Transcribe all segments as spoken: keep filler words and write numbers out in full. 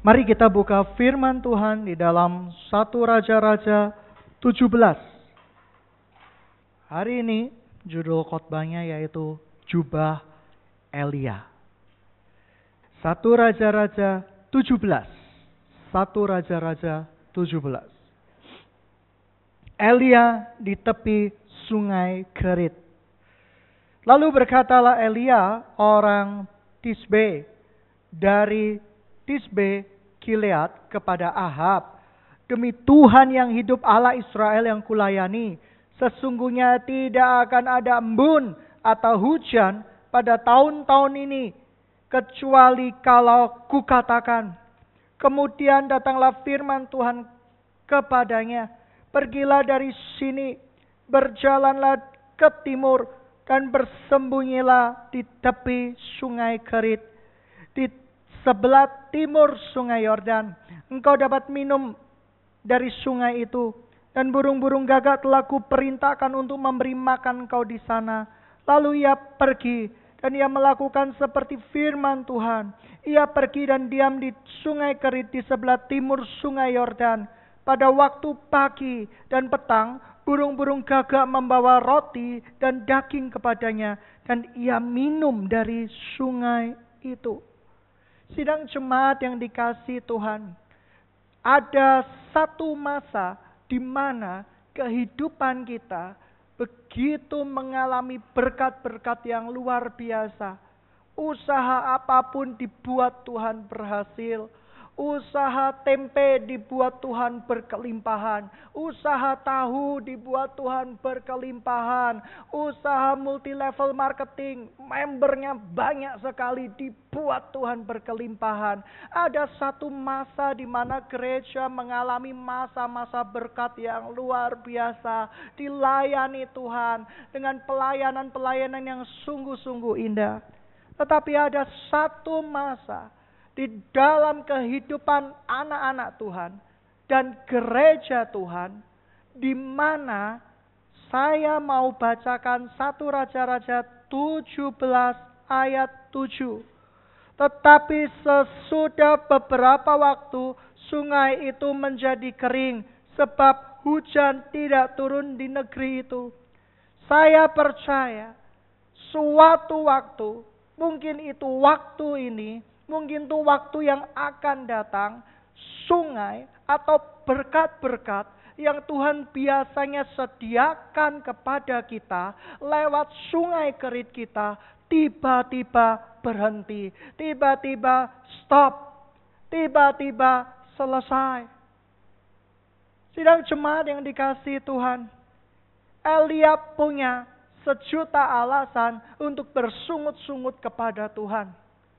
Mari kita buka firman Tuhan di dalam satu Raja-Raja tujuh belas. Hari ini judul khotbahnya yaitu Jubah Elia. satu Raja-Raja tujuh belas. satu Raja-Raja tujuh belas. Elia di tepi sungai Kerit. Lalu berkatalah Elia orang Tisbe dari Tisbe Gilead kepada Ahab, demi Tuhan yang hidup Allah Israel yang kulayani, sesungguhnya tidak akan ada embun atau hujan pada tahun-tahun ini, kecuali kalau kukatakan. Kemudian datanglah firman Tuhan kepadanya, pergilah dari sini, berjalanlah ke timur, dan bersembunyilah di tepi sungai Kerit, di sebelah timur sungai Yordan. Engkau dapat minum dari sungai itu, dan burung-burung gagak telah kuperintahkan untuk memberi makan engkau di sana. Lalu ia pergi, dan ia melakukan seperti firman Tuhan. Ia pergi dan diam di sungai Kerit di sebelah timur sungai Yordan. Pada waktu pagi dan petang, burung-burung gagak membawa roti dan daging kepadanya, dan ia minum dari sungai itu. Sidang jemaat yang dikasihi Tuhan, ada satu masa di mana kehidupan kita begitu mengalami berkat-berkat yang luar biasa. Usaha apapun dibuat Tuhan berhasil. Usaha tempe dibuat Tuhan berkelimpahan. Usaha tahu dibuat Tuhan berkelimpahan. Usaha multi level marketing, membernya banyak sekali, dibuat Tuhan berkelimpahan. Ada satu masa di mana gereja mengalami masa-masa berkat yang luar biasa. Dilayani Tuhan dengan pelayanan-pelayanan yang sungguh-sungguh indah. Tetapi ada satu masa di dalam kehidupan anak-anak Tuhan dan gereja Tuhan, di mana saya mau bacakan satu Raja-Raja tujuh belas ayat tujuh. Tetapi sesudah beberapa waktu, sungai itu menjadi kering, sebab hujan tidak turun di negeri itu. Saya percaya suatu waktu, mungkin itu waktu ini, mungkin itu waktu yang akan datang, sungai atau berkat-berkat yang Tuhan biasanya sediakan kepada kita lewat sungai Kerit kita, tiba-tiba berhenti, tiba-tiba stop, tiba-tiba selesai. Sidang jemaat yang dikasihi Tuhan, Elia punya sejuta alasan untuk bersungut-sungut kepada Tuhan.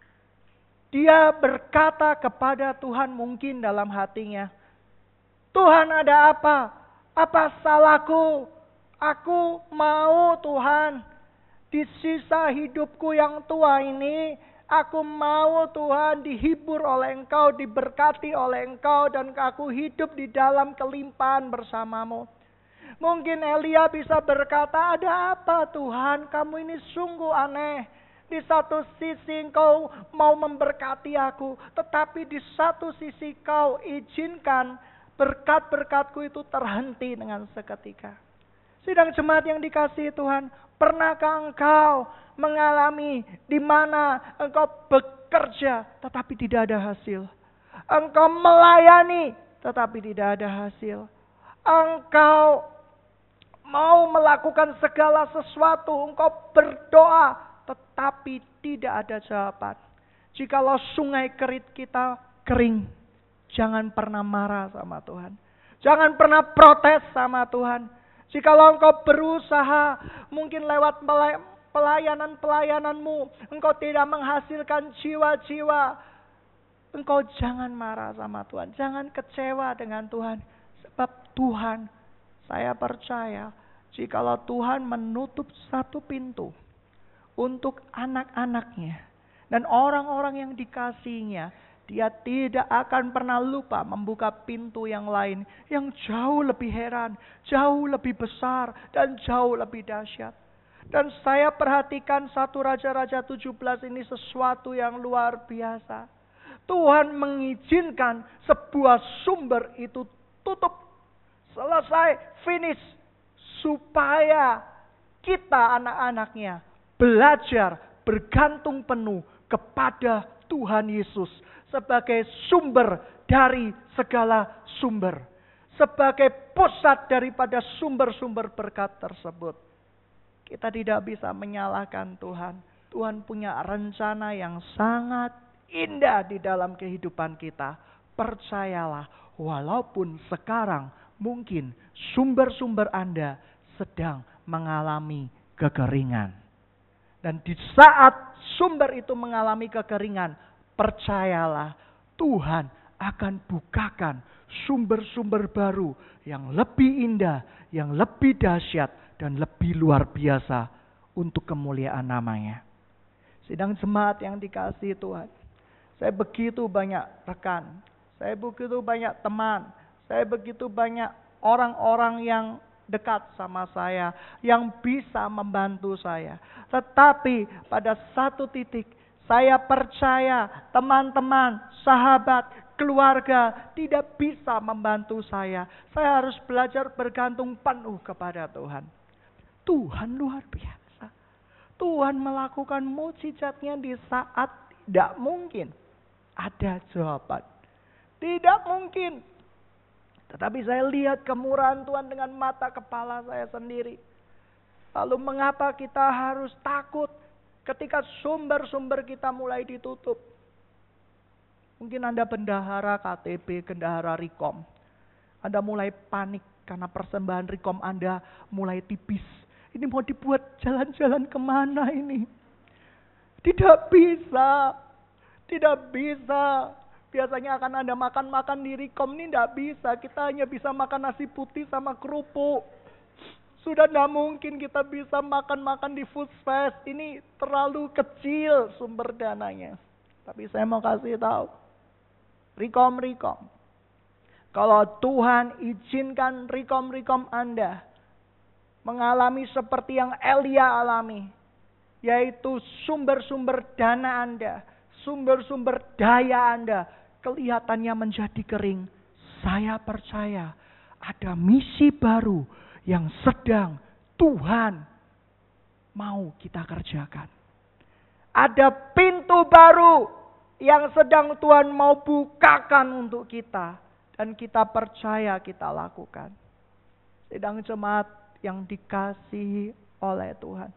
Dia berkata kepada Tuhan mungkin dalam hatinya, Tuhan, ada apa? Apa salahku? Aku mau Tuhan, di sisa hidupku yang tua ini, aku mau Tuhan dihibur oleh Engkau, diberkati oleh Engkau, dan aku hidup di dalam kelimpahan bersamamu. Mungkin Elia bisa berkata, ada apa Tuhan? Kamu ini sungguh aneh. Di satu sisi Engkau mau memberkati aku, tetapi di satu sisi Kau izinkan berkat-berkatku itu terhenti dengan seketika. Sidang jemaat yang dikasihi Tuhan, pernahkah engkau mengalami di mana engkau bekerja tetapi tidak ada hasil? Engkau melayani tetapi tidak ada hasil. Engkau mau melakukan segala sesuatu, engkau berdoa tetapi tidak ada jawaban. Jikalau sungai Kerit kita kering, jangan pernah marah sama Tuhan. Jangan pernah protes sama Tuhan. Jikalau engkau berusaha, mungkin lewat pelayanan-pelayananmu, engkau tidak menghasilkan jiwa-jiwa, engkau jangan marah sama Tuhan. Jangan kecewa dengan Tuhan. Sebab Tuhan, saya percaya, jikalau Tuhan menutup satu pintu untuk anak-anaknya dan orang-orang yang dikasihinya, Dia tidak akan pernah lupa membuka pintu yang lain yang jauh lebih heran, jauh lebih besar, dan jauh lebih dahsyat. Dan saya perhatikan satu Raja-Raja tujuh belas ini sesuatu yang luar biasa. Tuhan mengizinkan sebuah sumber itu tutup. Selesai, finish. Supaya kita anak-anaknya belajar bergantung penuh kepada Tuhan Yesus. Sebagai sumber dari segala sumber. Sebagai pusat daripada sumber-sumber berkat tersebut. Kita tidak bisa menyalahkan Tuhan. Tuhan punya rencana yang sangat indah di dalam kehidupan kita. Percayalah, walaupun sekarang mungkin sumber-sumber Anda sedang mengalami kekeringan. Dan di saat sumber itu mengalami kekeringan, percayalah Tuhan akan bukakan sumber-sumber baru yang lebih indah, yang lebih dahsyat, dan lebih luar biasa untuk kemuliaan namanya. Sidang jemaat yang dikasihi Tuhan. Saya begitu banyak rekan, saya begitu banyak teman, saya begitu banyak orang-orang yang dekat sama saya, yang bisa membantu saya. Tetapi pada satu titik, saya percaya teman-teman, sahabat, keluarga tidak bisa membantu saya. Saya harus belajar bergantung penuh kepada Tuhan. Tuhan luar biasa. Tuhan melakukan mukjizatnya di saat tidak mungkin ada jawaban. Tidak mungkin. Tetapi saya lihat kemurahan Tuhan dengan mata kepala saya sendiri. Lalu mengapa kita harus takut ketika sumber-sumber kita mulai ditutup? Mungkin Anda bendahara K T B, bendahara Rikom. Anda mulai panik karena persembahan Rikom Anda mulai tipis. Ini mau dibuat jalan-jalan kemana ini? Tidak bisa. Tidak bisa. Biasanya akan Anda makan-makan di Rikom, ini tidak bisa. Kita hanya bisa makan nasi putih sama kerupuk. Sudah tidak mungkin kita bisa makan-makan di Food Fest. Ini terlalu kecil sumber dananya. Tapi saya mau kasih tahu. Rikom-rikom. Kalau Tuhan izinkan rikom-rikom Anda mengalami seperti yang Elia alami. Yaitu sumber-sumber dana Anda. Sumber-sumber daya Anda kelihatannya menjadi kering. Saya percaya ada misi baru yang sedang Tuhan mau kita kerjakan. Ada pintu baru yang sedang Tuhan mau bukakan untuk kita. Dan kita percaya kita lakukan. Sedang jemaat yang dikasihi oleh Tuhan.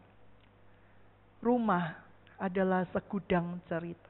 Rumah adalah segudang cerita.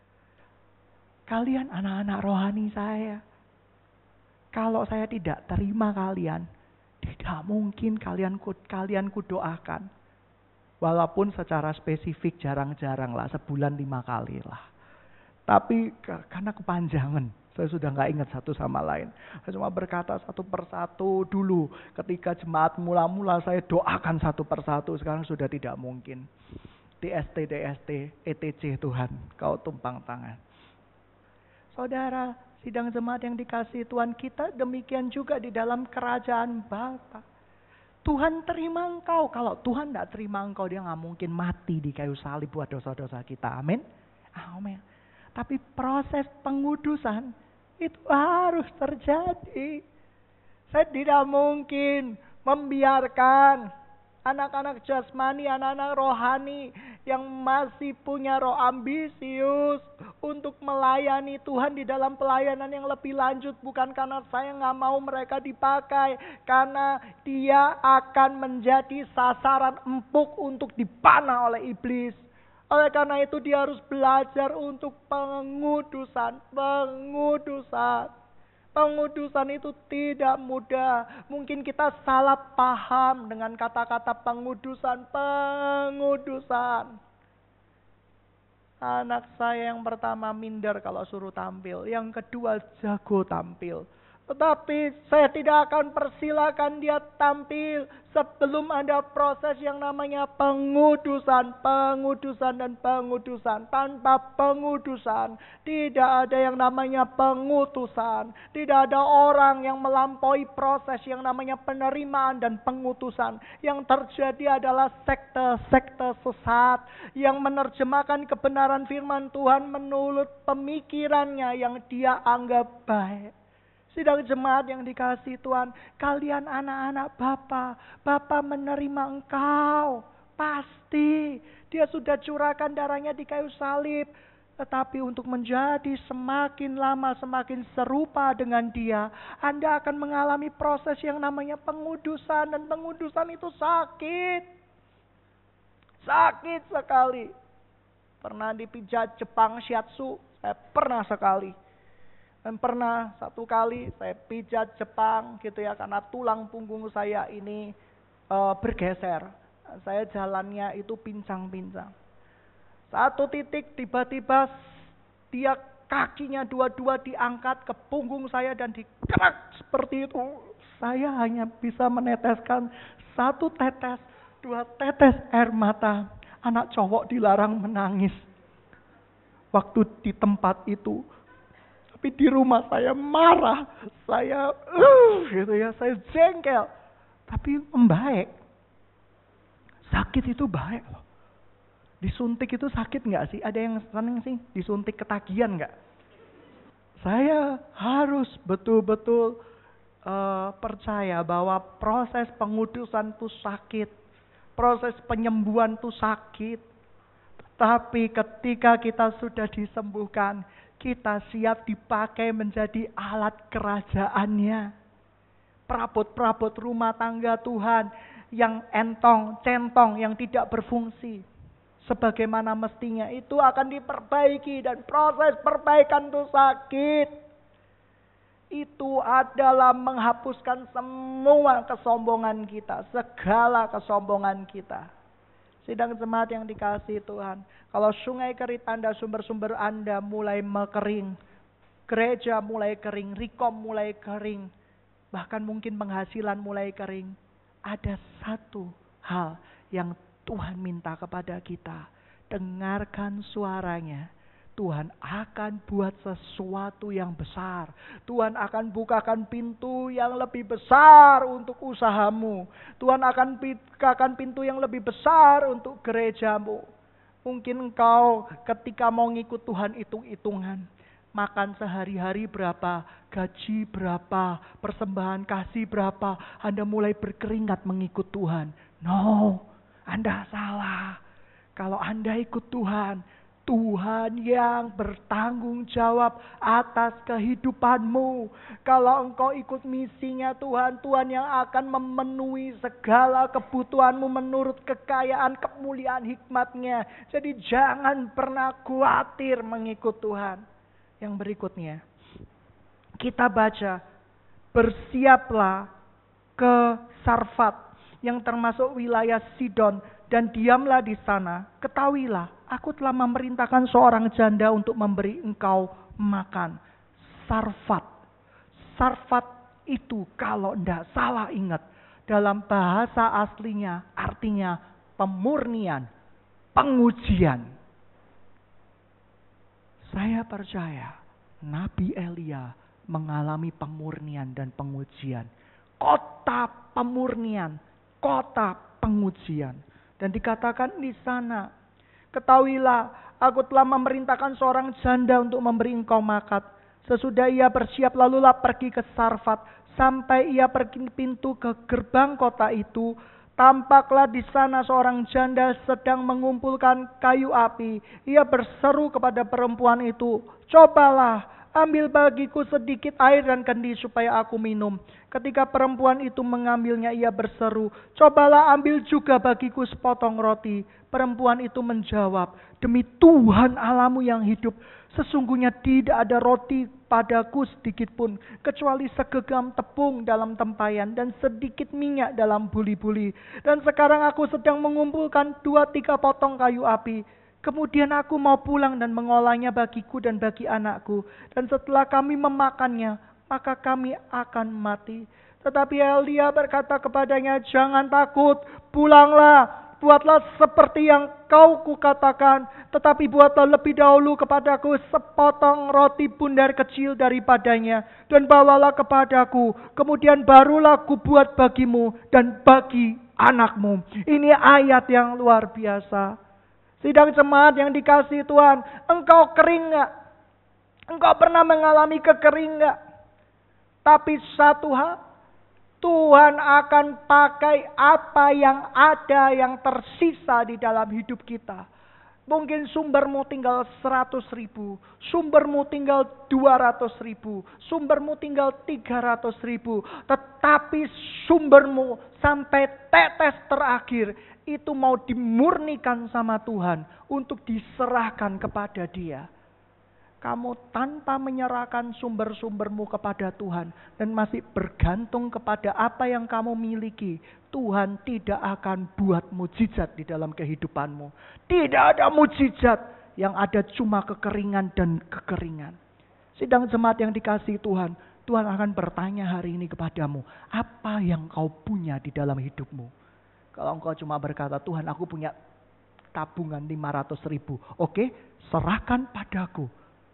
Kalian anak-anak rohani saya. Kalau saya tidak terima kalian, tidak mungkin kalian kalian kudoakan. Walaupun secara spesifik jarang-jarang lah, sebulan lima kali lah. Tapi karena kepanjangan, saya sudah nggak ingat satu sama lain. Saya cuma berkata satu persatu dulu. Ketika jemaat mula-mula saya doakan satu persatu, sekarang sudah tidak mungkin. D S T, D S T, E T C Tuhan, kau tumpang tangan. Saudara, sidang jemaat yang dikasihi Tuhan, kita demikian juga di dalam kerajaan Bapa. Tuhan terima engkau. Kalau Tuhan tidak terima engkau, dia nggak mungkin mati di kayu salib buat dosa-dosa kita. Amin. Amin. Tapi proses pengudusan itu harus terjadi. Saya tidak mungkin membiarkan anak-anak jasmani, anak-anak rohani yang masih punya roh ambisius untuk melayani Tuhan di dalam pelayanan yang lebih lanjut. Bukan karena saya nggak mau mereka dipakai. Karena dia akan menjadi sasaran empuk untuk dipanah oleh iblis. Oleh karena itu dia harus belajar untuk pengudusan. Pengudusan. Pengudusan itu tidak mudah. Mungkin kita salah paham dengan kata-kata pengudusan. Pengudusan. Anak saya yang pertama minder kalau suruh tampil. Yang kedua jago tampil. Tetapi saya tidak akan persilakan dia tampil sebelum ada proses yang namanya pengudusan, pengudusan dan pengudusan. Tanpa pengudusan tidak ada yang namanya pengutusan. Tidak ada orang yang melampaui proses yang namanya penerimaan dan pengutusan. Yang terjadi adalah sekte-sekte sesat yang menerjemahkan kebenaran firman Tuhan menurut pemikirannya yang dia anggap baik. Sidang jemaat yang dikasihi Tuhan, kalian anak-anak Bapa, Bapa menerima engkau. Pasti dia sudah curahkan darahnya di kayu salib. Tetapi untuk menjadi semakin lama semakin serupa dengan dia, Anda akan mengalami proses yang namanya pengudusan. Dan pengudusan itu sakit. Sakit sekali. Pernah dipijat Jepang shiatsu? Saya pernah sekali. Dan pernah satu kali saya pijat Jepang gitu ya, karena tulang punggung saya ini uh, bergeser. Saya jalannya itu pincang-pincang. Satu titik tiba-tiba dia kakinya dua-dua diangkat ke punggung saya dan dikerak seperti itu. Saya hanya bisa meneteskan satu tetes, dua tetes air mata. Anak cowok dilarang menangis waktu di tempat itu. Tapi di rumah saya marah, saya uh, gitu ya, saya jengkel. Tapi membaik. Sakit itu baik loh. Disuntik itu sakit nggak sih? Ada yang seneng sih disuntik ketagihan nggak? Saya harus betul-betul uh, percaya bahwa proses pengudusan itu sakit, proses penyembuhan itu sakit. Tapi ketika kita sudah disembuhkan, kita siap dipakai menjadi alat kerajaannya. Perabot-perabot rumah tangga Tuhan yang entong, centong, yang tidak berfungsi sebagaimana mestinya itu akan diperbaiki. Dan proses perbaikan itu sakit. Itu adalah menghapuskan semua kesombongan kita, segala kesombongan kita. Sidang jemaat yang dikasihi Tuhan, kalau sungai kerit Anda, sumber-sumber Anda mulai mekering, gereja mulai kering, Rikom mulai kering, bahkan mungkin penghasilan mulai kering, ada satu hal yang Tuhan minta kepada kita. Dengarkan suaranya. Tuhan akan buat sesuatu yang besar. Tuhan akan bukakan pintu yang lebih besar untuk usahamu. Tuhan akan bukakan pintu yang lebih besar untuk gerejamu. Mungkin engkau ketika mau ngikut Tuhan hitung-hitungan. Makan sehari-hari berapa, gaji berapa, persembahan kasih berapa. Anda mulai berkeringat mengikut Tuhan. No, Anda salah. Kalau Anda ikut Tuhan, Tuhan yang bertanggung jawab atas kehidupanmu. Kalau engkau ikut misinya Tuhan, Tuhan yang akan memenuhi segala kebutuhanmu menurut kekayaan, kemuliaan hikmatnya. Jadi jangan pernah khawatir mengikut Tuhan. Yang berikutnya, kita baca, bersiaplah ke Sarfat yang termasuk wilayah Sidon dan diamlah di sana. Ketahuilah, aku telah memerintahkan seorang janda untuk memberi engkau makan. Sarfat. Sarfat itu kalau tidak salah ingat, dalam bahasa aslinya artinya pemurnian, pengujian. Saya percaya Nabi Elia mengalami pemurnian dan pengujian. Kota pemurnian, kota pengujian. Dan dikatakan di sana, ketahuilah, aku telah memerintahkan seorang janda untuk memberi engkau makan. Sesudah ia bersiap, lalulah pergi ke Sarfat. Sampai ia pergi pintu ke gerbang kota itu, tampaklah di sana seorang janda sedang mengumpulkan kayu api. Ia berseru kepada perempuan itu, cobalah, ambil bagiku sedikit air dan kendi supaya aku minum. Ketika perempuan itu mengambilnya, ia berseru, cobalah ambil juga bagiku sepotong roti. Perempuan itu menjawab, demi Tuhan Allahmu yang hidup, sesungguhnya tidak ada roti padaku sedikit pun, kecuali segenggam tepung dalam tempayan dan sedikit minyak dalam buli-buli. Dan sekarang aku sedang mengumpulkan dua tiga potong kayu api. Kemudian aku mau pulang dan mengolahnya bagiku dan bagi anakku. Dan setelah kami memakannya, maka kami akan mati. Tetapi Elia berkata kepadanya, jangan takut, pulanglah. Buatlah seperti yang kau kukatakan, tetapi buatlah lebih dahulu kepadaku sepotong roti bundar kecil daripadanya, dan bawalah kepadaku, kemudian barulah kubuat bagimu dan bagi anakmu. Ini ayat yang luar biasa. Sidang jemaat yang dikasihi Tuhan, engkau kering gak? Engkau pernah mengalami kekering gak? Tapi satu hal, Tuhan akan pakai apa yang ada, yang tersisa di dalam hidup kita. Mungkin sumbermu tinggal seratus ribu, sumbermu tinggal dua ratus ribu, sumbermu tinggal tiga ratus ribu. Tetapi sumbermu sampai tetes terakhir itu mau dimurnikan sama Tuhan untuk diserahkan kepada Dia. Kamu tanpa menyerahkan sumber-sumbermu kepada Tuhan dan masih bergantung kepada apa yang kamu miliki, Tuhan tidak akan buat mujizat di dalam kehidupanmu. Tidak ada mujizat, yang ada cuma kekeringan dan kekeringan. Sidang jemaat yang dikasihi Tuhan, Tuhan akan bertanya hari ini kepadamu, apa yang kau punya di dalam hidupmu? Kalau engkau cuma berkata, Tuhan aku punya tabungan lima ratus ribu. Oke, serahkan padaku.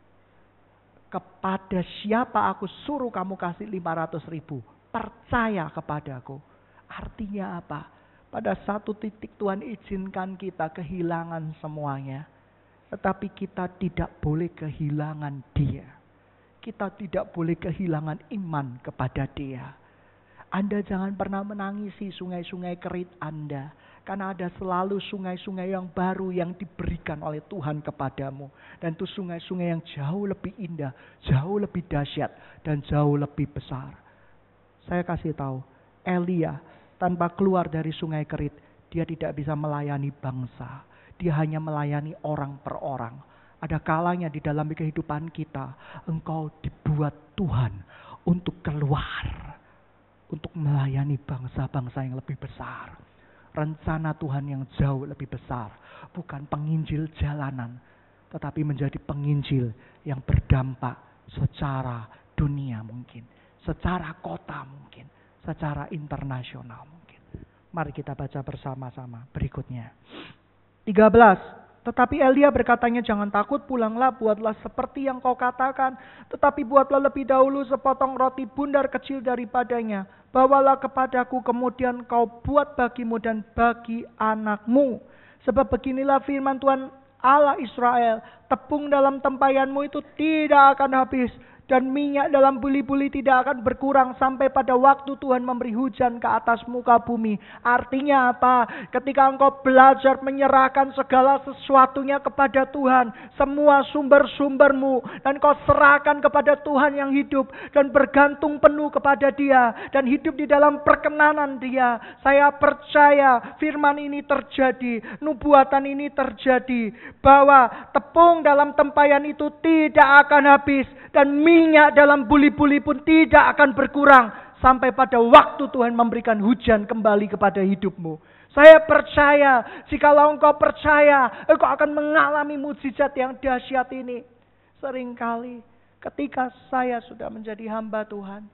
Kepada siapa aku suruh kamu kasih lima ratus ribu. Percaya kepadaku. Artinya apa? Pada satu titik Tuhan izinkan kita kehilangan semuanya. Tetapi kita tidak boleh kehilangan Dia. Kita tidak boleh kehilangan iman kepada Dia. Anda jangan pernah menangisi sungai-sungai kerit Anda. Karena ada selalu sungai-sungai yang baru yang diberikan oleh Tuhan kepadamu. Dan itu sungai-sungai yang jauh lebih indah, jauh lebih dahsyat, dan jauh lebih besar. Saya kasih tahu, Elia tanpa keluar dari sungai kerit, dia tidak bisa melayani bangsa. Dia hanya melayani orang per orang. Ada kalanya di dalam kehidupan kita, engkau dibuat Tuhan untuk keluar. Untuk melayani bangsa-bangsa yang lebih besar. Rencana Tuhan yang jauh lebih besar. Bukan penginjil jalanan. Tetapi menjadi penginjil yang berdampak secara dunia mungkin. Secara kota mungkin. Secara internasional mungkin. Mari kita baca bersama-sama berikutnya. tiga belas. Tetapi Elia berkatanya, jangan takut, pulanglah, buatlah seperti yang kau katakan. Tetapi buatlah lebih dahulu sepotong roti bundar kecil daripadanya. Bawalah kepadaku, kemudian kau buat bagimu dan bagi anakmu. Sebab beginilah firman Tuhan Allah Israel, tepung dalam tempayanmu itu tidak akan habis. Dan minyak dalam buli-buli tidak akan berkurang sampai pada waktu Tuhan memberi hujan ke atas muka bumi. Artinya apa? Ketika engkau belajar menyerahkan segala sesuatunya kepada Tuhan, semua sumber-sumbermu, dan kau serahkan kepada Tuhan yang hidup, dan bergantung penuh kepada Dia, dan hidup di dalam perkenanan Dia. Saya percaya firman ini terjadi, nubuatan ini terjadi, bahwa tepung dalam tempayan itu tidak akan habis, dan minyak dalam buli-buli pun tidak akan berkurang sampai pada waktu Tuhan memberikan hujan kembali kepada hidupmu. Saya percaya, jikalau engkau percaya, engkau akan mengalami mujizat yang dahsyat ini. Seringkali ketika saya sudah menjadi hamba Tuhan,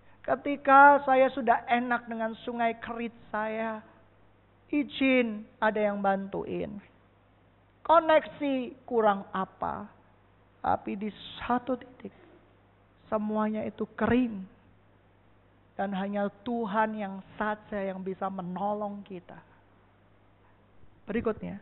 ketika saya sudah enak dengan sungai kerit saya, izin ada yang bantuin. Koneksi kurang apa? Tapi di satu titik, semuanya itu kering. Dan hanya Tuhan yang saja yang bisa menolong kita. Berikutnya.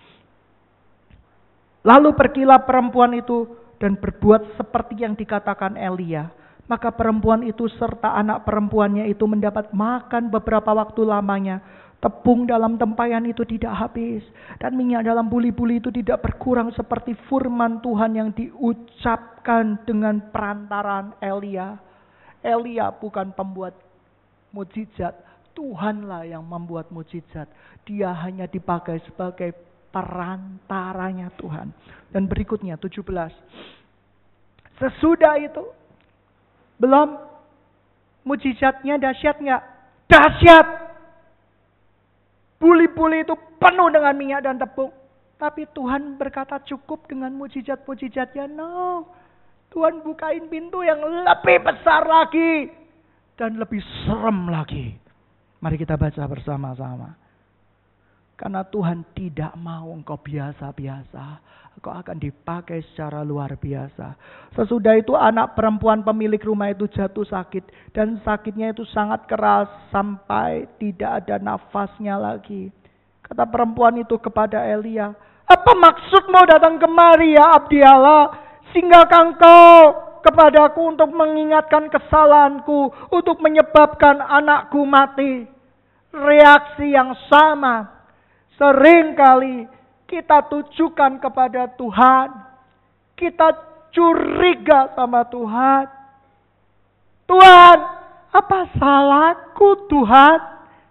Lalu pergilah perempuan itu dan berbuat seperti yang dikatakan Elia. Maka perempuan itu serta anak perempuannya itu mendapat makan beberapa waktu lamanya. Tepung dalam tempayan itu tidak habis. Dan minyak dalam buli-buli itu tidak berkurang seperti firman Tuhan yang diucapkan dengan perantaraan Elia. Elia bukan pembuat mujizat. Tuhanlah yang membuat mujizat. Dia hanya dipakai sebagai perantaranya Tuhan. Dan berikutnya tujuh belas. Sesudah itu. Belum. Mujizatnya dahsyat enggak? Dahsyat. Buli-buli itu penuh dengan minyak dan tepung. Tapi Tuhan berkata cukup dengan mujizat-mujizatnya. No. Tuhan bukain pintu yang lebih besar lagi. Dan lebih serem lagi. Mari kita baca bersama-sama. Karena Tuhan tidak mau engkau biasa-biasa. Engkau akan dipakai secara luar biasa. Sesudah itu anak perempuan pemilik rumah itu jatuh sakit. Dan sakitnya itu sangat keras sampai tidak ada nafasnya lagi. Kata perempuan itu kepada Elia, apa maksudmu datang kemari ya abdi Allah? Singgahkan engkau kepadaku untuk mengingatkan kesalahanku, untuk menyebabkan anakku mati. Reaksi yang sama seringkali kita tujukan kepada Tuhan. Kita curiga sama Tuhan. Tuhan, apa salahku Tuhan?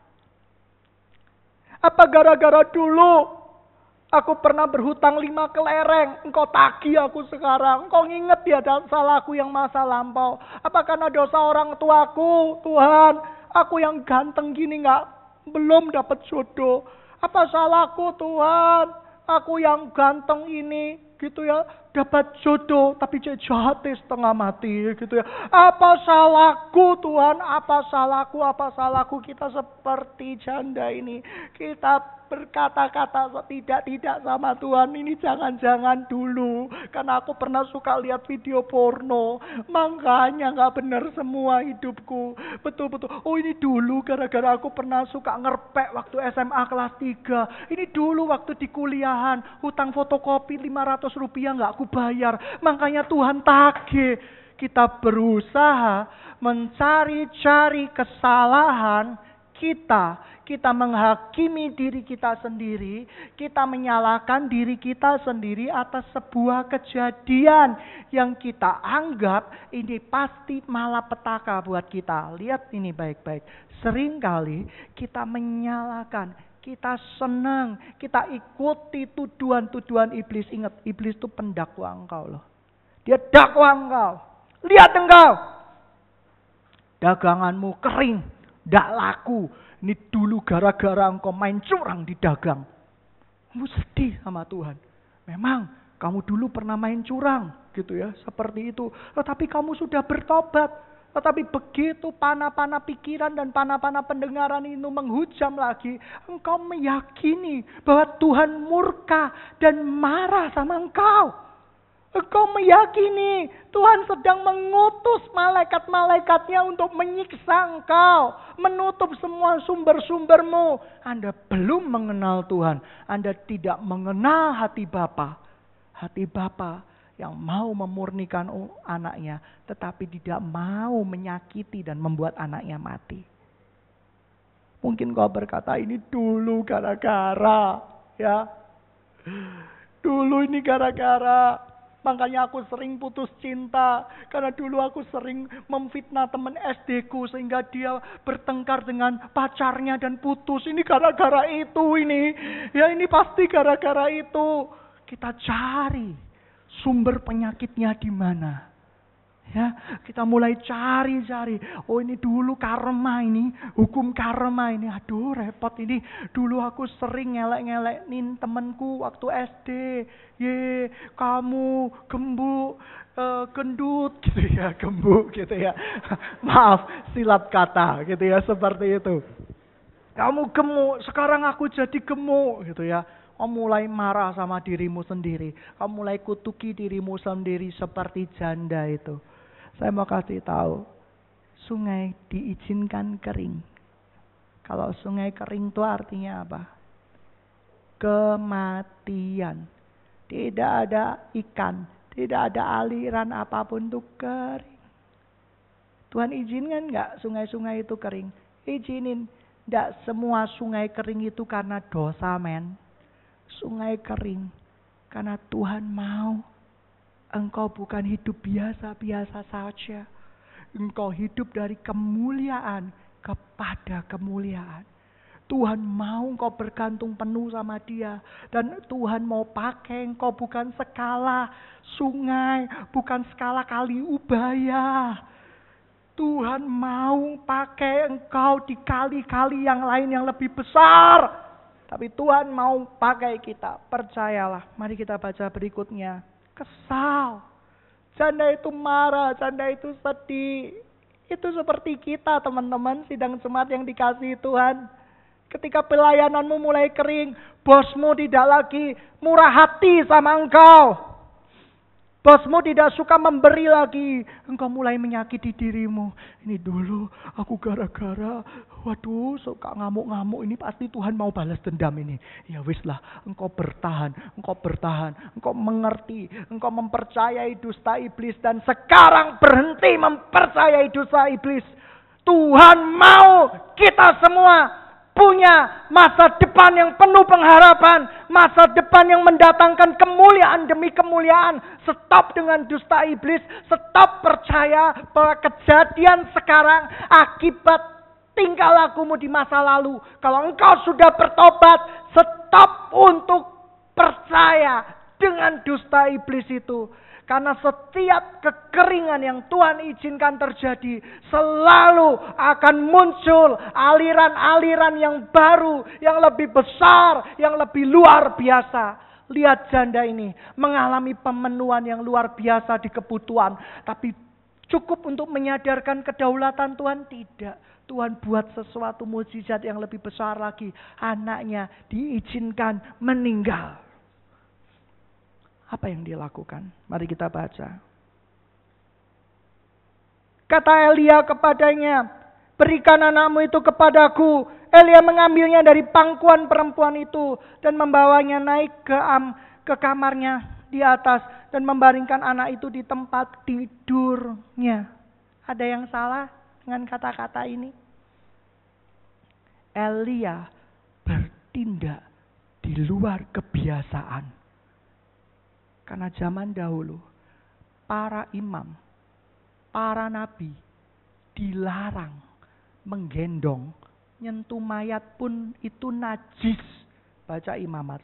Apa gara-gara dulu aku pernah berhutang lima kelereng, engkau tagih aku sekarang. Engkau nginget ya salahku yang masa lampau. Apa karena dosa orang tuaku, Tuhan? Aku yang ganteng gini nggak belum dapat jodoh. Apa salahku Tuhan? Aku yang ganteng ini gitu ya dapat jodoh tapi jahat setengah mati gitu ya. Apa salahku Tuhan? Apa salahku? Apa salahku? Kita seperti janda ini. Kita berkata-kata tidak-tidak sama Tuhan. Ini jangan-jangan dulu. Karena aku pernah suka lihat video porno. Makanya gak benar semua hidupku. Betul-betul. Oh ini dulu gara-gara aku pernah suka ngerpek waktu S M A kelas tiga. Ini dulu waktu di kuliahan. Hutang fotokopi lima ratus rupiah gak aku bayar. Makanya Tuhan tagih. Kita berusaha mencari-cari kesalahan kita. Kita menghakimi diri kita sendiri. Kita menyalahkan diri kita sendiri atas sebuah kejadian yang kita anggap ini pasti malapetaka buat kita. Lihat ini baik-baik. Seringkali kita menyalahkan. Kita senang. Kita ikuti tuduhan-tuduhan iblis. Ingat, iblis itu pendakwa engkau loh. Dia dakwa engkau. Lihat engkau. Daganganmu kering. Tidak laku. Ini dulu gara-gara engkau main curang di dagang. Kamu sedih sama Tuhan. Memang kamu dulu pernah main curang. Gitu ya. Seperti itu. Tetapi kamu sudah bertobat. Tetapi begitu panah-panah pikiran dan panah-panah pendengaran itu menghujam lagi. Engkau meyakini bahwa Tuhan murka dan marah sama engkau. Engkau meyakini Tuhan sedang mengutus malaikat-malaikatnya untuk menyiksa engkau. Menutup semua sumber-sumbermu. Anda belum mengenal Tuhan. Anda tidak mengenal hati Bapa. Hati Bapa yang mau memurnikan anaknya. Tetapi tidak mau menyakiti dan membuat anaknya mati. Mungkin kau berkata ini dulu gara-gara. Ya. Dulu ini gara-gara. Makanya aku sering putus cinta. Karena dulu aku sering memfitnah teman S D ku. Sehingga dia bertengkar dengan pacarnya dan putus. Ini gara-gara itu ini. Ya ini pasti gara-gara itu. Kita cari sumber penyakitnya di mana. Ya, kita mulai cari-cari. Oh ini dulu karma ini. Hukum karma ini. Aduh repot ini. Dulu aku sering ngelek-ngelekin temanku waktu S D. Ye, kamu gembuk, uh, gendut gitu ya. Gembuk gitu ya. Maaf, silap kata gitu ya. Seperti itu. Kamu gemuk, sekarang aku jadi gemuk gitu ya. Kamu mulai marah sama dirimu sendiri. Kamu mulai kutuki dirimu sendiri seperti janda itu. Saya mau kasih tahu, sungai diizinkan kering. Kalau sungai kering itu artinya apa? Kematian. Tidak ada ikan, tidak ada aliran apapun itu kering. Tuhan izinkan nggak sungai-sungai itu kering? Izinin. Tidak semua sungai kering itu karena dosa men. Sungai kering karena Tuhan mau engkau bukan hidup biasa-biasa saja. Engkau hidup dari kemuliaan kepada kemuliaan. Tuhan mau engkau bergantung penuh sama Dia. Dan Tuhan mau pakai engkau bukan skala sungai, bukan skala kali ubaya. Tuhan mau pakai engkau di kali-kali yang lain yang lebih besar. Tapi Tuhan mau pakai kita. Percayalah. Mari kita baca berikutnya. Kesal, Janda itu marah, janda itu sedih. Itu seperti kita teman-teman sidang jemaat yang dikasihi Tuhan. Ketika pelayananmu mulai kering, bosmu tidak lagi murah hati sama engkau. Bosmu tidak suka memberi lagi. Engkau mulai menyakiti dirimu. Ini dulu aku gara-gara, waduh suka ngamuk-ngamuk. Ini pasti Tuhan mau balas dendam ini. Ya wis lah, engkau bertahan. Engkau bertahan. Engkau mengerti. Engkau mempercayai dusta iblis. Dan sekarang berhenti mempercayai dusta iblis. Tuhan mau kita semua punya masa depan yang penuh pengharapan. Masa depan yang mendatangkan kemuliaan demi kemuliaan. Stop dengan dusta iblis. Stop percaya bahwa kejadian sekarang akibat tingkah lakumu di masa lalu. Kalau engkau sudah bertobat, stop untuk percaya dengan dusta iblis itu. Karena setiap kekeringan yang Tuhan izinkan terjadi, selalu akan muncul aliran-aliran yang baru, yang lebih besar, yang lebih luar biasa. Lihat janda ini mengalami pemenuhan yang luar biasa di kebutuhan. Tapi cukup untuk menyadarkan kedaulatan Tuhan? Tidak. Tuhan buat sesuatu mukjizat yang lebih besar lagi. Anaknya diizinkan meninggal. Apa yang dia lakukan? Mari kita baca. Kata Elia kepadanya, berikan anakmu itu kepadaku. Elia mengambilnya dari pangkuan perempuan itu dan membawanya naik ke am, ke kamarnya di atas dan membaringkan anak itu di tempat tidurnya. Ada yang salah dengan kata-kata ini? Elia bertindak di luar kebiasaan. Karena zaman dahulu, para imam, para nabi dilarang menggendong, nyentuh mayat pun itu najis. Baca Imamat.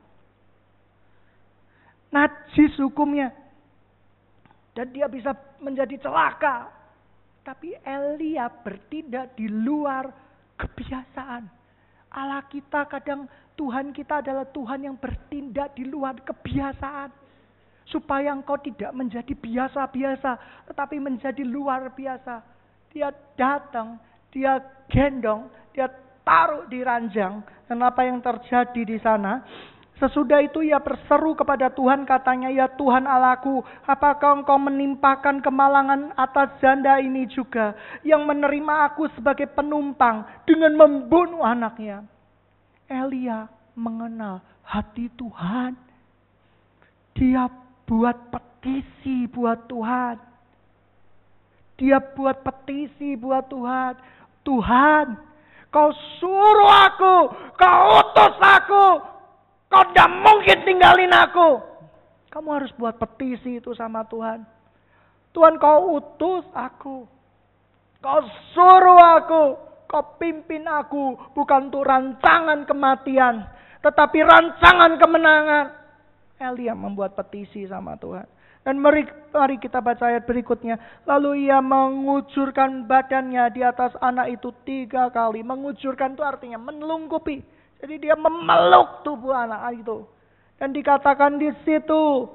Najis hukumnya. Dan dia bisa menjadi celaka. Tapi Elia bertindak di luar kebiasaan. Allah kita kadang, Tuhan kita adalah Tuhan yang bertindak di luar kebiasaan. Supaya engkau tidak menjadi biasa-biasa, tetapi menjadi luar biasa. Dia datang, dia gendong, dia taruh di ranjang. Dan apa yang terjadi di sana? Sesudah itu ia berseru kepada Tuhan, katanya, ya Tuhan Allahku, apakah engkau menimpakan kemalangan atas janda ini juga, yang menerima aku sebagai penumpang dengan membunuh anaknya. Elia mengenal hati Tuhan. Dia buat petisi buat Tuhan. Dia buat petisi buat Tuhan. Tuhan, kau suruh aku, kau utus aku, kau tidak mungkin tinggalin aku. Kamu harus buat petisi itu sama Tuhan. Tuhan, kau utus aku, kau suruh aku, kau pimpin aku, bukan untuk rancangan kematian, tetapi rancangan kemenangan. Elia membuat petisi sama Tuhan. Dan mari, mari kita baca ayat berikutnya. Lalu ia mengucurkan badannya di atas anak itu tiga kali. Mengucurkan itu artinya menelungkupi. Jadi dia memeluk tubuh anak itu. Dan dikatakan di situ,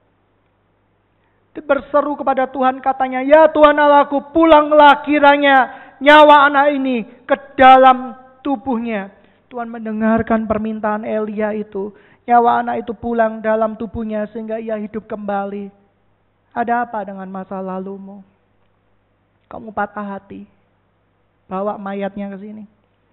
berseru kepada Tuhan, katanya, ya Tuhan Allahku, pulanglah kiranya nyawa anak ini ke dalam tubuhnya. Tuhan mendengarkan permintaan Elia itu. Nyawa anak itu pulang dalam tubuhnya sehingga ia hidup kembali. Ada apa dengan masa lalumu? Kamu patah hati. Bawa mayatnya ke sini.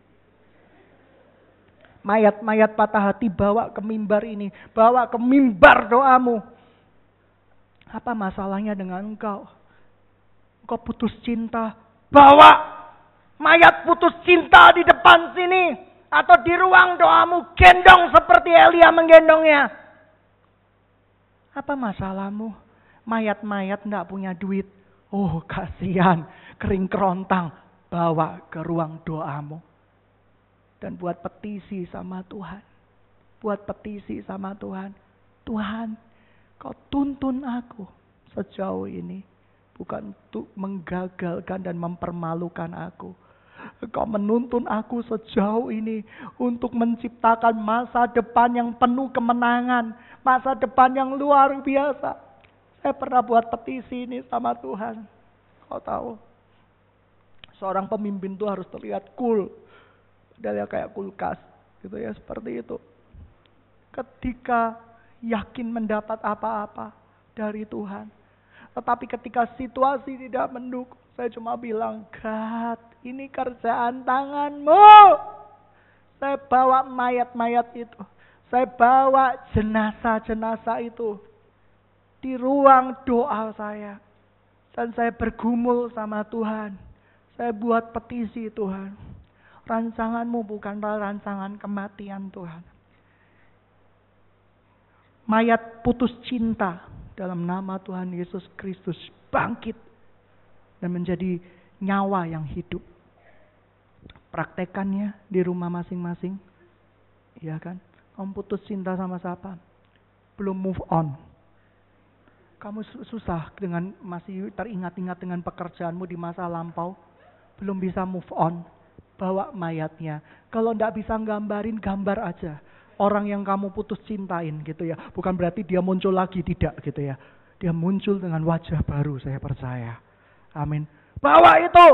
Mayat-mayat patah hati bawa ke mimbar ini. Bawa ke mimbar doamu. Apa masalahnya dengan engkau? Engkau putus cinta. Bawa mayat putus cinta di depan sini. Atau di ruang doamu, gendong seperti Elia menggendongnya. Apa masalahmu? Mayat-mayat tidak punya duit. Oh kasihan, kering kerontang. Bawa ke ruang doamu. Dan buat petisi sama Tuhan. Buat petisi sama Tuhan. Tuhan, kau tuntun aku sejauh ini. Bukan untuk menggagalkan dan mempermalukan aku. Engkau menuntun aku sejauh ini untuk menciptakan masa depan yang penuh kemenangan. Masa depan yang luar biasa. Saya pernah buat petisi ini sama Tuhan. Kau tahu, seorang pemimpin itu harus terlihat cool. Padahal ya kayak kulkas. Gitu ya, seperti itu. Ketika yakin mendapat apa-apa dari Tuhan. Tetapi ketika situasi tidak mendukung, saya cuma bilang, God, ini kerjaan tanganmu. Saya bawa mayat-mayat itu. Saya bawa jenazah-jenazah itu di ruang doa saya. Dan saya bergumul sama Tuhan. Saya buat petisi Tuhan. Rancanganmu bukanlah rancangan kematian Tuhan. Mayat putus cinta dalam nama Tuhan Yesus Kristus bangkit dan menjadi nyawa yang hidup. Praktekannya di rumah masing-masing. Iya kan? Kamu putus cinta sama siapa? Belum move on. Kamu susah dengan masih teringat-ingat dengan pekerjaanmu di masa lampau. Belum bisa move on. Bawa mayatnya. Kalau tidak bisa gambarin, gambar aja. Orang yang kamu putus cintain gitu ya. Bukan berarti dia muncul lagi, tidak gitu ya. Dia muncul dengan wajah baru, saya percaya. Amin. Bawa itu.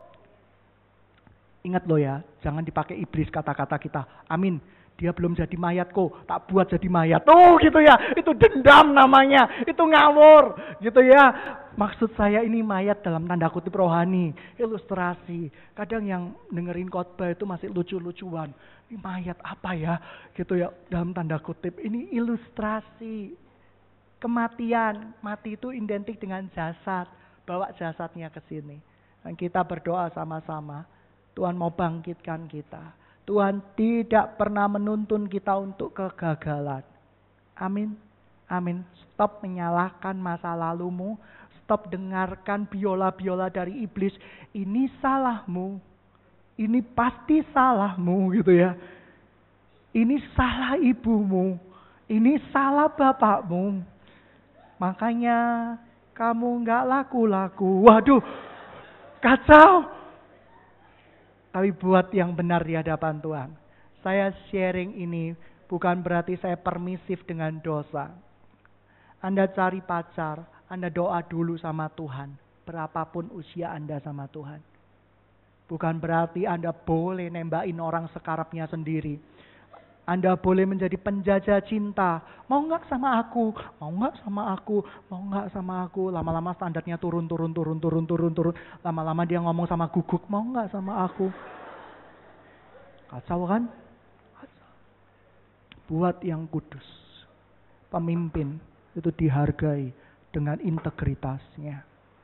Ingat loh ya, jangan dipakai iblis kata-kata kita. Amin. Dia belum jadi mayat kok, tak buat jadi mayat. Oh gitu ya, itu dendam namanya. Itu ngawur gitu ya. Maksud saya ini mayat dalam tanda kutip rohani. Ilustrasi. Kadang yang dengerin khotbah itu masih lucu-lucuan. Ini mayat apa ya? Gitu ya, dalam tanda kutip. Ini ilustrasi. Kematian. Mati itu identik dengan jasad. Bawa jasadnya ke sini. Dan kita berdoa sama-sama. Tuhan mau bangkitkan kita. Tuhan tidak pernah menuntun kita untuk kegagalan. Amin. Amin. Stop menyalahkan masa lalumu. Stop dengarkan biola-biola dari iblis. Ini salahmu. Ini pasti salahmu gitu ya. Ini salah ibumu. Ini salah bapakmu. Makanya kamu nggak laku-laku. Waduh, kacau. Tapi buat yang benar di hadapan Tuhan. Saya sharing ini bukan berarti saya permisif dengan dosa. Anda cari pacar, Anda doa dulu sama Tuhan. Berapapun usia Anda sama Tuhan. Bukan berarti Anda boleh nembakin orang sekarapnya sendiri. Anda boleh menjadi penjajah cinta. Mau nggak sama aku? Mau nggak sama aku? Mau nggak sama aku? Lama-lama standarnya turun, turun, turun, turun, turun, turun. Lama-lama dia ngomong sama guguk. Mau nggak sama aku? Kacau kan? Kacau. Buat yang kudus. Pemimpin itu dihargai dengan integritasnya.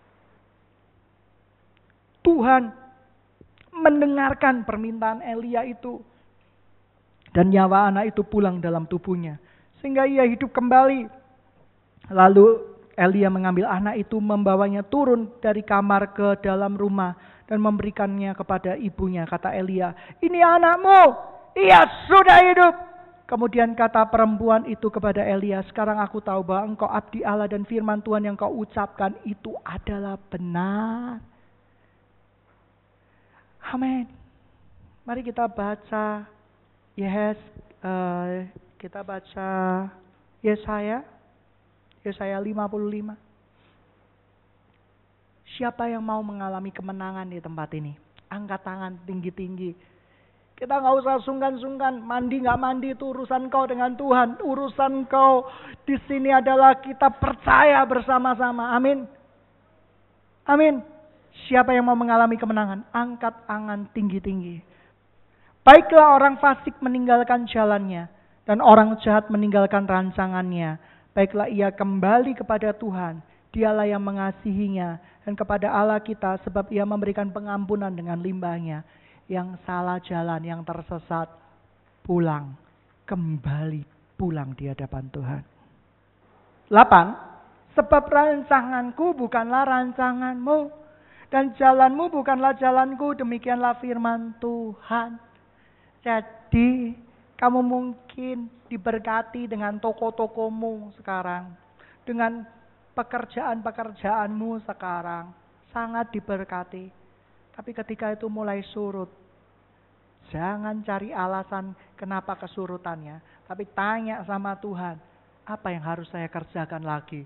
Tuhan mendengarkan permintaan Elia itu. Dan nyawa anak itu pulang dalam tubuhnya. Sehingga ia hidup kembali. Lalu Elia mengambil anak itu, membawanya turun dari kamar ke dalam rumah. Dan memberikannya kepada ibunya. Kata Elia, ini anakmu. Ia sudah hidup. Kemudian kata perempuan itu kepada Elia, sekarang aku tahu bahwa engkau abdi Allah dan firman Tuhan yang kau ucapkan itu adalah benar. Amin. Mari kita baca. Yes, uh, kita baca Yesaya, Yesaya lima puluh lima. Siapa yang mau mengalami kemenangan di tempat ini? Angkat tangan tinggi-tinggi. Kita nggak usah sungkan-sungkan, mandi nggak mandi itu urusan kau dengan Tuhan. Urusan kau di sini adalah kita percaya bersama-sama. Amin. Amin. Siapa yang mau mengalami kemenangan? Angkat tangan tinggi-tinggi. Baiklah orang fasik meninggalkan jalannya dan orang jahat meninggalkan rancangannya. Baiklah ia kembali kepada Tuhan, dialah yang mengasihinya, dan kepada Allah kita sebab ia memberikan pengampunan dengan limbahnya. Yang salah jalan, yang tersesat, pulang, kembali pulang di hadapan Tuhan. Delapan, sebab rancanganku bukanlah rancanganmu, dan jalanmu bukanlah jalanku, demikianlah firman Tuhan. Jadi kamu mungkin diberkati dengan toko-tokomu sekarang. Dengan pekerjaan-pekerjaanmu sekarang. Sangat diberkati. Tapi ketika itu mulai surut. Jangan cari alasan kenapa kesurutannya. Tapi tanya sama Tuhan. Apa yang harus saya kerjakan lagi?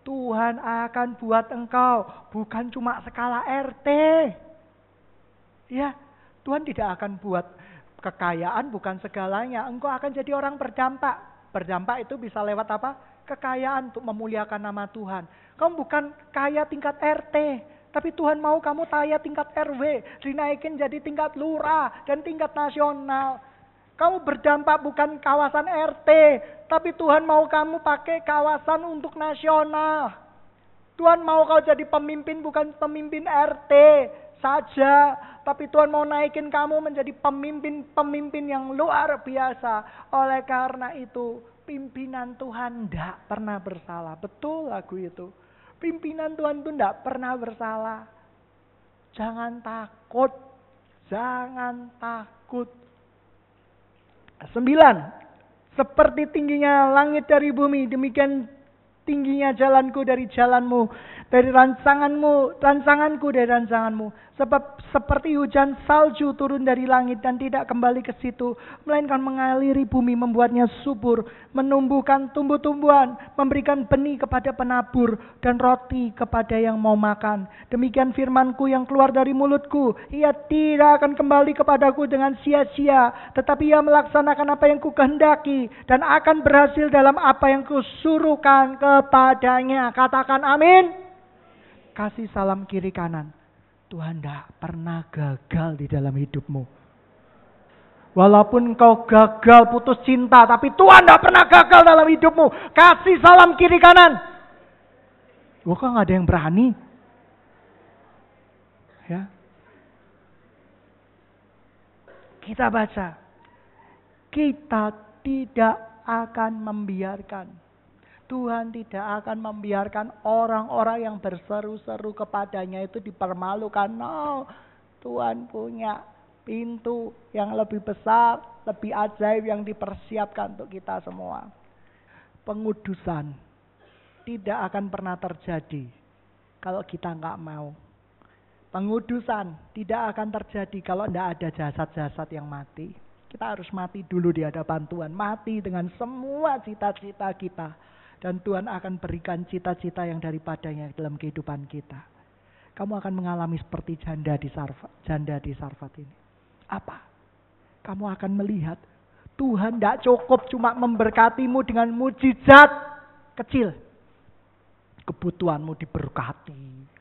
Tuhan akan buat engkau bukan cuma skala R T. Ya, Tuhan tidak akan buat kekayaan bukan segalanya. Engkau akan jadi orang berdampak. Berdampak itu bisa lewat apa? Kekayaan untuk memuliakan nama Tuhan. Kamu bukan kaya tingkat R T. Tapi Tuhan mau kamu kaya tingkat R W. Dinaikin jadi tingkat lurah dan tingkat nasional. Kamu berdampak bukan kawasan R T. Tapi Tuhan mau kamu pakai kawasan untuk nasional. Tuhan mau kau jadi pemimpin bukan pemimpin R T saja. Tapi Tuhan mau naikin kamu menjadi pemimpin-pemimpin yang luar biasa. Oleh karena itu, pimpinan Tuhan tidak pernah bersalah. Betul lagu itu. Pimpinan Tuhan itu tidak pernah bersalah. Jangan takut. Jangan takut. Sembilan. Seperti tingginya langit dari bumi, demikian tingginya jalanku dari jalanmu, dari rancanganmu, rancanganku dari rancanganmu. Sebab seperti hujan salju turun dari langit dan tidak kembali ke situ, melainkan mengaliri bumi, membuatnya subur, menumbuhkan tumbuh-tumbuhan, memberikan benih kepada penabur dan roti kepada yang mau makan. Demikian firmanku yang keluar dari mulutku, ia tidak akan kembali kepadaku dengan sia-sia, tetapi ia melaksanakan apa yang ku kehendaki dan akan berhasil dalam apa yang kusuruhkan kepadanya. Katakan amin. Kasih salam kiri kanan. Tuhan tidak pernah gagal di dalam hidupmu. Walaupun kau gagal putus cinta, tapi Tuhan tidak pernah gagal dalam hidupmu. Kasih salam kiri kanan. Wah, kok nggak ada yang berani? Ya. Kita baca. Kita tidak akan membiarkan. Tuhan tidak akan membiarkan orang-orang yang berseru-seru kepadanya itu dipermalukan. No, Tuhan punya pintu yang lebih besar, lebih ajaib yang dipersiapkan untuk kita semua. Pengudusan tidak akan pernah terjadi kalau kita nggak mau. Pengudusan tidak akan terjadi kalau tidak ada jasad-jasad yang mati. Kita harus mati dulu di hadapan Tuhan. Mati dengan semua cita-cita kita. Dan Tuhan akan berikan cita-cita yang daripadanya dalam kehidupan kita. Kamu akan mengalami seperti janda di Sarfat, janda di Sarfat ini. Apa? Kamu akan melihat Tuhan tidak cukup cuma memberkatimu dengan mujizat kecil. Kebutuhanmu diberkati.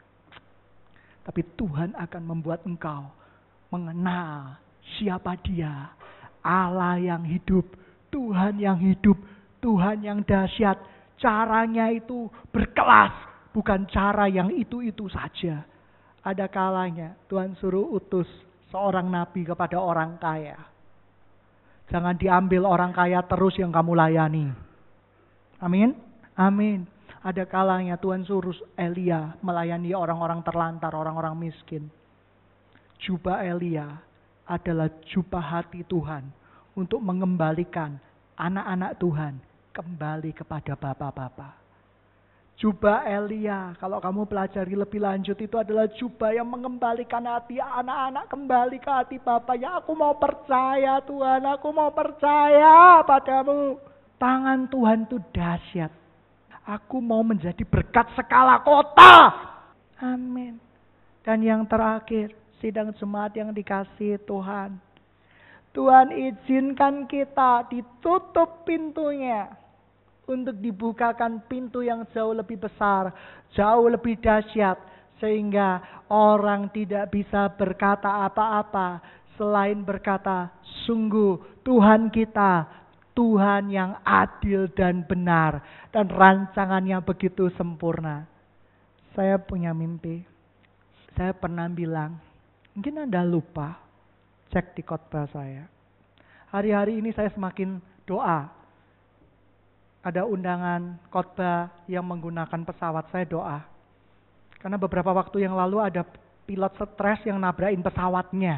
Tapi Tuhan akan membuat engkau mengenal siapa Dia. Allah yang hidup, Tuhan yang hidup, Tuhan yang dahsyat. Caranya itu berkelas, bukan cara yang itu-itu saja. Ada kalanya Tuhan suruh utus seorang nabi kepada orang kaya. Jangan diambil orang kaya terus yang kamu layani. Amin? Amin. Ada kalanya Tuhan suruh Elia melayani orang-orang terlantar, orang-orang miskin. Jubah Elia adalah jubah hati Tuhan untuk mengembalikan anak-anak Tuhan kembali kepada bapak-bapak. Jubah Elia, kalau kamu pelajari lebih lanjut, itu adalah jubah yang mengembalikan hati anak-anak kembali ke hati bapaknya. Aku mau percaya Tuhan, aku mau percaya padamu. Tangan Tuhan itu dahsyat. Aku mau menjadi berkat skala kota. Amin. Dan yang terakhir, sidang jemaat yang dikasihi Tuhan. Tuhan izinkan kita ditutup pintunya. Untuk dibukakan pintu yang jauh lebih besar, jauh lebih dahsyat. Sehingga orang tidak bisa berkata apa-apa selain berkata, sungguh Tuhan kita, Tuhan yang adil dan benar. Dan rancangannya begitu sempurna. Saya punya mimpi. Saya pernah bilang, mungkin Anda lupa, cek di khotbah saya. Hari-hari ini saya semakin doa. Ada undangan khotbah yang menggunakan pesawat, saya doa. Karena beberapa waktu yang lalu ada pilot stres yang nabrakin pesawatnya.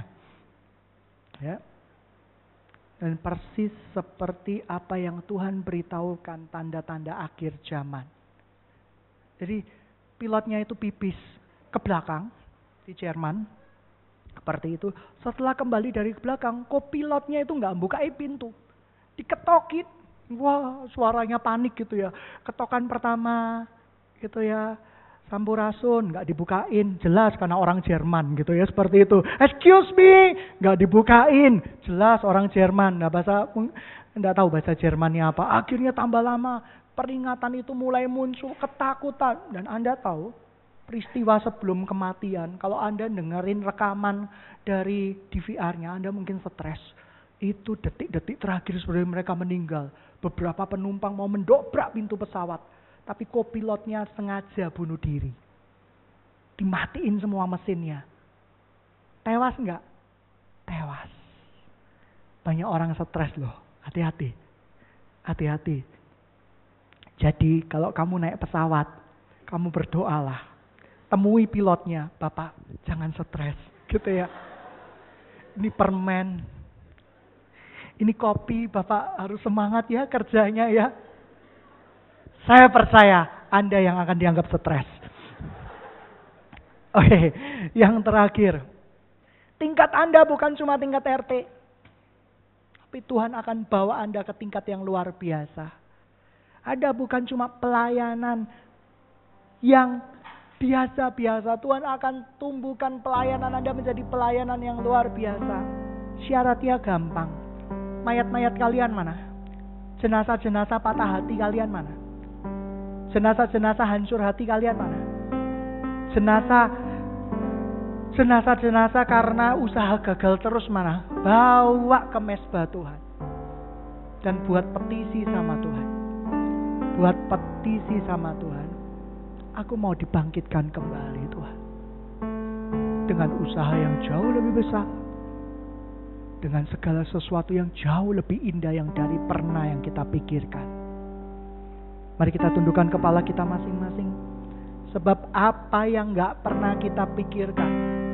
Ya. Dan persis seperti apa yang Tuhan beritahukan tanda-tanda akhir zaman. Jadi pilotnya itu pipis ke belakang di Jerman. Seperti itu. Setelah kembali dari belakang, kok pilotnya itu nggak bukain pintu. Diketokin. Wah, suaranya panik gitu ya. Ketokan pertama, gitu ya. Sampurasun nggak dibukain, jelas karena orang Jerman gitu ya, seperti itu. Excuse me, nggak dibukain, jelas orang Jerman. Nggak bahasa, nggak tahu bahasa Jermannya apa. Akhirnya tambah lama, peringatan itu mulai muncul, ketakutan. Dan Anda tahu peristiwa sebelum kematian, kalau Anda dengerin rekaman dari D V R-nya, Anda mungkin stres. Itu detik-detik terakhir sebelum mereka meninggal. Beberapa penumpang mau mendobrak pintu pesawat. Tapi kopilotnya sengaja bunuh diri. Dimatiin semua mesinnya. Tewas enggak? Tewas. Banyak orang stres loh. Hati-hati. Hati-hati. Jadi kalau kamu naik pesawat, kamu berdoalah. Temui pilotnya. Bapak, jangan stres. Gitu ya. Ini permen. Ini kopi, Bapak harus semangat ya kerjanya ya. Saya percaya Anda yang akan dianggap stres. Oke, yang terakhir. Tingkat Anda bukan cuma tingkat R T. Tapi Tuhan akan bawa Anda ke tingkat yang luar biasa. Anda bukan cuma pelayanan yang biasa-biasa. Tuhan akan tumbuhkan pelayanan Anda menjadi pelayanan yang luar biasa. Syaratnya gampang. Mayat-mayat kalian mana? Jenazah-jenazah patah hati kalian mana? Jenazah-jenazah hancur hati kalian mana? Jenazah Jenazah-jenazah karena usaha gagal terus mana? Bawa ke mezbah Tuhan. Dan buat petisi sama Tuhan. Buat petisi sama Tuhan. Aku mau dibangkitkan kembali Tuhan. Dengan usaha yang jauh lebih besar. Dengan segala sesuatu yang jauh lebih indah yang dari pernah yang kita pikirkan. Mari kita tundukkan kepala kita masing-masing. Sebab apa yang gak pernah kita pikirkan,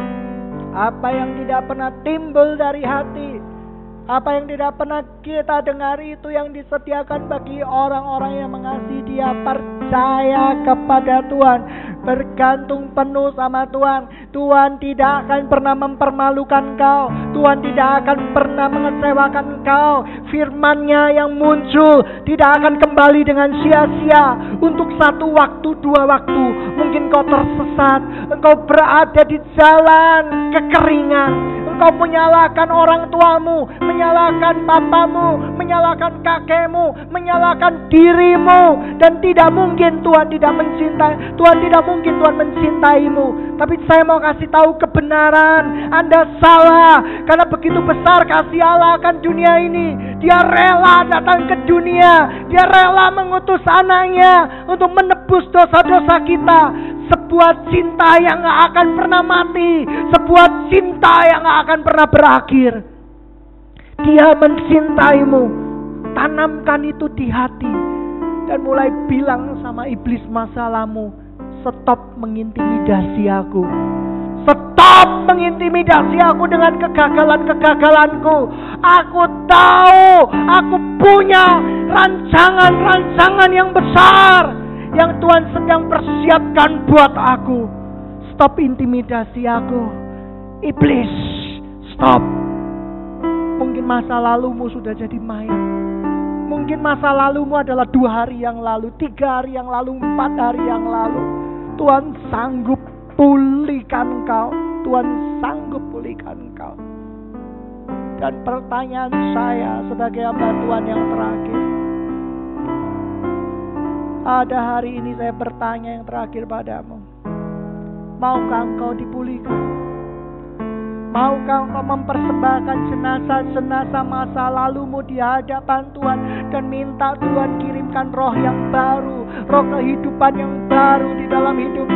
apa yang tidak pernah timbul dari hati, apa yang tidak pernah kita dengar, itu yang disediakan bagi orang-orang yang mengasihi Dia, percaya kepada Tuhan, bergantung penuh sama Tuhan. Tuhan tidak akan pernah mempermalukan kau. Tuhan tidak akan pernah mengecewakan kau. Firman-Nya yang muncul tidak akan kembali dengan sia-sia. Untuk satu waktu, dua waktu, mungkin kau tersesat, engkau berada di jalan kekeringan, engkau menyalahkan orang tuamu, menyalahkan papamu, menyalahkan kakekmu, menyalahkan dirimu, dan tidak mungkin Tuhan tidak mencintai. Tuhan tidak mungkin Tuhan mencintaimu. Tapi saya mau kasih tahu kebenaran, Anda salah. Karena begitu besar kasih Allah akan dunia ini, Dia rela datang ke dunia, Dia rela mengutus anaknya untuk menebus dosa-dosa kita. Sebuah cinta yang gak akan pernah mati, sebuah cinta yang gak akan pernah berakhir. Dia mencintaimu. Tanamkan itu di hati. Dan mulai bilang sama iblis masalahmu, stop mengintimidasi aku. Stop mengintimidasi aku dengan kegagalan-kegagalanku. Aku tahu aku punya rancangan-rancangan yang besar yang Tuhan sedang persiapkan buat aku. Stop intimidasi aku. Iblis, stop. Mungkin masa lalumu sudah jadi mayat. Mungkin masa lalumu adalah dua hari yang lalu, tiga hari yang lalu, empat hari yang lalu. Tuhan sanggup pulihkan kau. Tuhan sanggup pulihkan kau. Dan pertanyaan saya sebagai hamba Tuhan yang terakhir. Ada hari ini saya bertanya yang terakhir padamu. Maukah engkau dipulihkan? Maukah engkau mempersembahkan jenazah-jenazah masa lalumu di hadapan Tuhan dan minta Tuhan kirimkan roh yang baru, roh kehidupan yang baru di dalam hidupmu?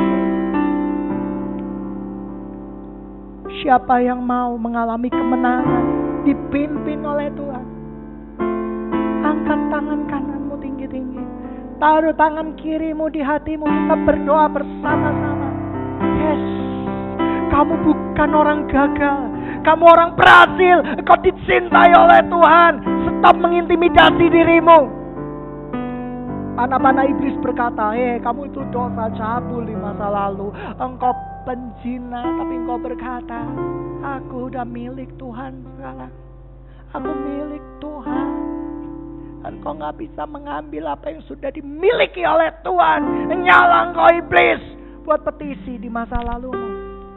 Siapa yang mau mengalami kemenangan, dipimpin oleh Tuhan? Angkat tangan kananmu tinggi-tinggi, taruh tangan kirimu di hatimu, kita berdoa bersama-sama. Yes. Kamu bukan orang gagal, kamu orang berhasil. Kau dicintai oleh Tuhan. Stop mengintimidasi dirimu. Panah-panah iblis berkata, eh kamu itu dosa cabul di masa lalu, engkau penzina. Tapi engkau berkata, aku udah milik Tuhan sekarang. Aku milik Tuhan. Engkau gak bisa mengambil apa yang sudah dimiliki oleh Tuhan. Nyala engkau iblis. Buat petisi di masa lalumu.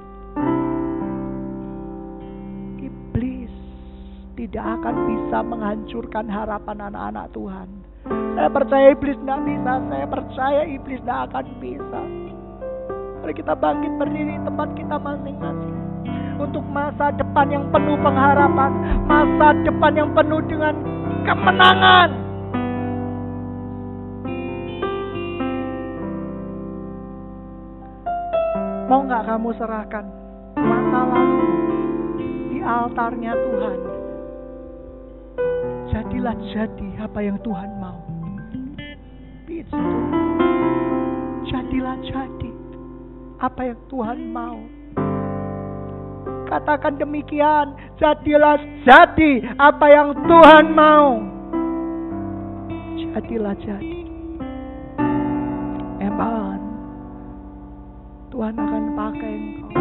Iblis tidak akan bisa menghancurkan harapan anak-anak Tuhan. Saya percaya iblis gak bisa. Saya percaya iblis gak akan bisa. Mari kita bangkit berdiri di tempat kita masing-masing. Untuk masa depan yang penuh pengharapan. Masa depan yang penuh dengan kemenangan. Mau gak kamu serahkan masa lalu di altarnya Tuhan? Jadilah jadi apa yang Tuhan mau. Itu. Jadilah jadi apa yang Tuhan mau. Katakan demikian, jadilah jadi apa yang Tuhan mau. Jadilah jadi. Amen. Tuhan akan pakai engkau.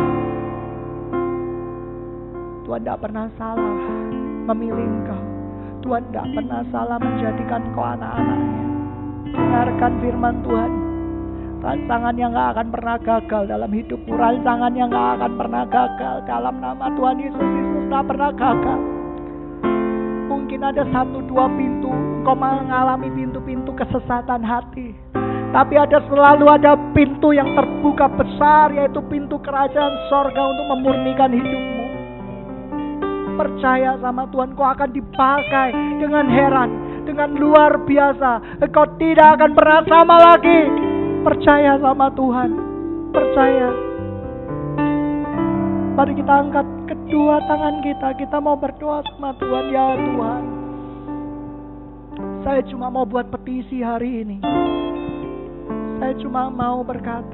Tuhan tidak pernah salah memilih engkau. Tuhan tidak pernah salah menjadikan engkau anak-anaknya. Dengarkan firman Tuhan. Rancangan yang gak akan pernah gagal dalam hidupmu. Rancangan yang gak akan pernah gagal dalam nama Tuhan Yesus Kristus. Gak pernah gagal. Mungkin ada satu dua pintu engkau mengalami pintu-pintu kesesatan hati. Tapi ada selalu ada pintu yang terbuka besar, yaitu pintu kerajaan sorga untuk memurnikan hidupmu. Percaya sama Tuhan, kau akan dipakai dengan heran, dengan luar biasa. Kau tidak akan pernah sama lagi. Percaya sama Tuhan. Percaya. Mari kita angkat kedua tangan kita. Kita mau berdoa sama Tuhan. Ya Tuhan, saya cuma mau buat petisi hari ini. Saya cuma mau berkata,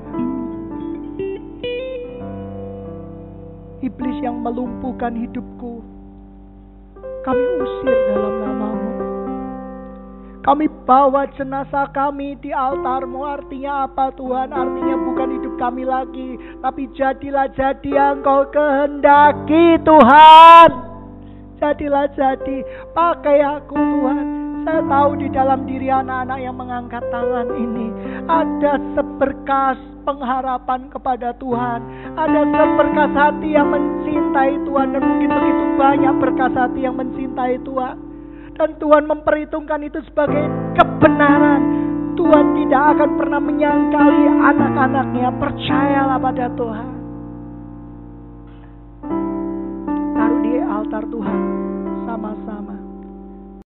iblis yang melumpuhkan hidupku, kami usir dalam nama-Mu. Kami bawa jenazah kami di altar-Mu. Artinya apa Tuhan? Artinya bukan hidup kami lagi, tapi jadilah jadi yang Kau kehendaki Tuhan. Jadilah jadi, pakai aku Tuhan. Saya tahu di dalam diri anak-anak yang mengangkat tangan ini ada seberkas pengharapan kepada Tuhan. Ada seberkas hati yang mencintai Tuhan. Dan mungkin begitu banyak berkas hati yang mencintai Tuhan. Dan Tuhan memperhitungkan itu sebagai kebenaran. Tuhan tidak akan pernah menyangkali anak-anaknya. Percayalah pada Tuhan. Taruh di altar Tuhan sama-sama.